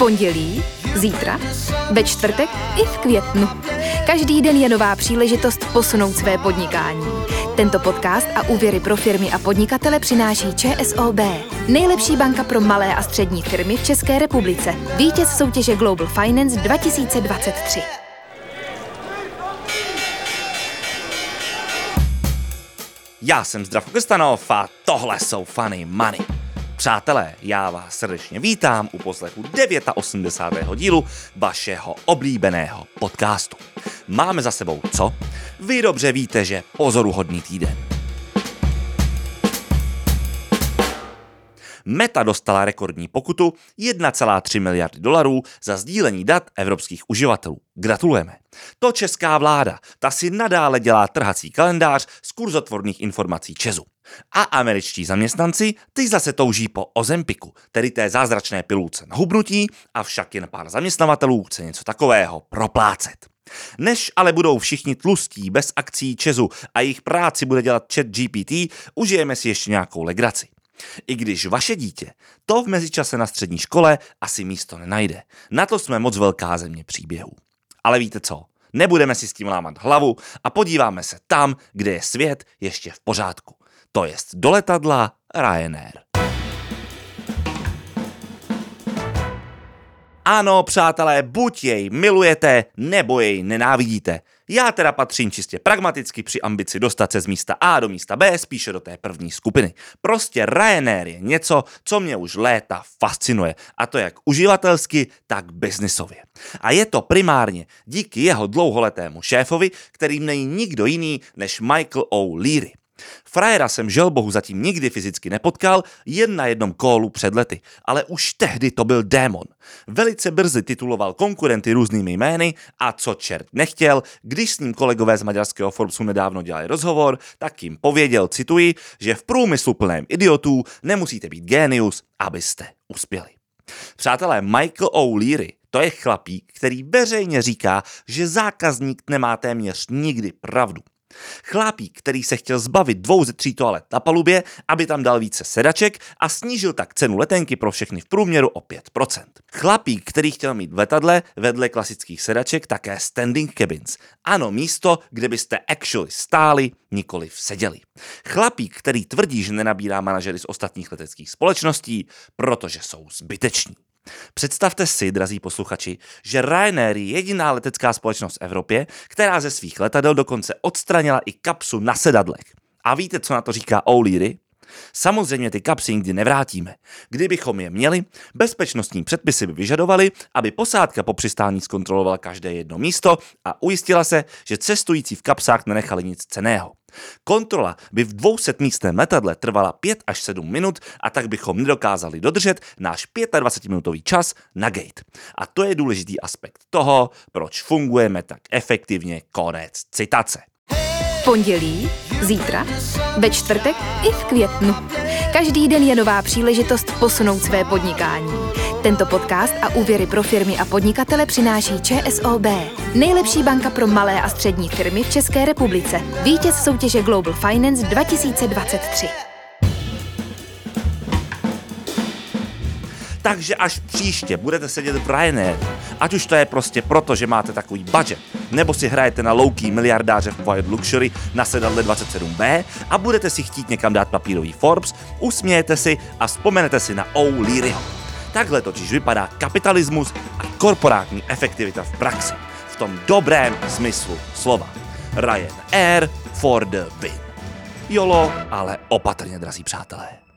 pondělí, zítra, ve čtvrtek i v květnu. Každý den je nová příležitost posunout své podnikání. Tento podcast a úvěry pro firmy a podnikatele přináší ČSOB, nejlepší banka pro malé a střední firmy v České republice. Vítěz soutěže Global Finance 2023. Já jsem Zdravko Krstanov a tohle jsou Funny Money. Přátelé, já vás srdečně vítám u poslechu 89. dílu vašeho oblíbeného podcastu. Máme za sebou co? Vy dobře víte, že pozoruhodný týden. Meta dostala rekordní pokutu 1,3 miliardy dolarů za sdílení dat evropských uživatelů. Gratulujeme. To česká vláda, ta si nadále dělá trhací kalendář z kurzotvorných informací ČEZu. A američtí zaměstnanci, ty zase touží po Ozempiku, tedy té zázračné pilulce na hubnutí, avšak jen pár zaměstnavatelů chce něco takového proplácet. Než ale budou všichni tlustí bez akcí ČEZu a jejich práci bude dělat ChatGPT, užijeme si ještě nějakou legraci. I když vaše dítě to v mezičase na střední škole asi místo nenajde. Na to jsme moc velká země příběhů. Ale víte co? Nebudeme si s tím lámat hlavu a podíváme se tam, kde je svět ještě v pořádku. To jest do letadla Ryanair. Ano, přátelé, buď jej milujete, nebo jej nenávidíte. Já teda patřím čistě pragmaticky při ambici dostat se z místa A do místa B, spíše do té první skupiny. Prostě Ryanair je něco, co mě už léta fascinuje, a to jak uživatelsky, tak biznisově. A je to primárně díky jeho dlouholetému šéfovi, kterým není nikdo jiný než Michael O'Leary. Frajera jsem želbohu zatím nikdy fyzicky nepotkal, jen na jednom callu před lety, ale už tehdy to byl démon. Velice brzy tituloval konkurenty různými jmény a co čert nechtěl, když s ním kolegové z maďarského Forbesu nedávno dělali rozhovor, tak jim pověděl, cituji, že v průmyslu plném idiotů nemusíte být génius, abyste uspěli. Přátelé, Michael O'Leary, to je chlapík, který veřejně říká, že zákazník nemá téměř nikdy pravdu. Chlápík, který se chtěl zbavit 2 ze 3 toalet na palubě, aby tam dal více sedaček a snížil tak cenu letenky pro všechny v průměru o 5%. Chlapík, který chtěl mít v letadle vedle klasických sedaček také standing cabins. Ano, místo, kde byste actually stáli, nikoliv seděli. Chlapík, který tvrdí, že nenabírá manažery z ostatních leteckých společností, protože jsou zbyteční. Představte si, drazí posluchači, že Ryanair je jediná letecká společnost v Evropě, která ze svých letadel dokonce odstranila i kapsu na sedadlech. A víte, co na to říká O'Leary? Samozřejmě ty kapsy nikdy nevrátíme. Kdybychom je měli, bezpečnostní předpisy by vyžadovaly, aby posádka po přistání zkontrolovala každé jedno místo a ujistila se, že cestující v kapsách nenechali nic cenného. Kontrola by v 200místném letadle trvala 5 až 7 minut a tak bychom nedokázali dodržet náš 25-minutový čas na gate. A to je důležitý aspekt toho, proč fungujeme tak efektivně. Konec citace. Pondělí, zítra, ve čtvrtek i v květnu. Každý den je nová příležitost posunout své podnikání. Tento podcast a úvěry pro firmy a podnikatele přináší ČSOB, nejlepší banka pro malé a střední firmy v České republice. Vítěz soutěže Global Finance 2023. Takže až příště budete sedět v Ryanair, ať už to je prostě proto, že máte takový budget, nebo si hrajete na low-key miliardáře v Quiet Luxury na sedadle 27B a budete si chtít někam dát papírový Forbes, usmějete si a vzpomenete si na O'Learyho. Takhle totiž vypadá kapitalismus a korporátní efektivita v praxi. V tom dobrém smyslu slova. Ryanair for the win. Jolo, ale opatrně, drazí přátelé.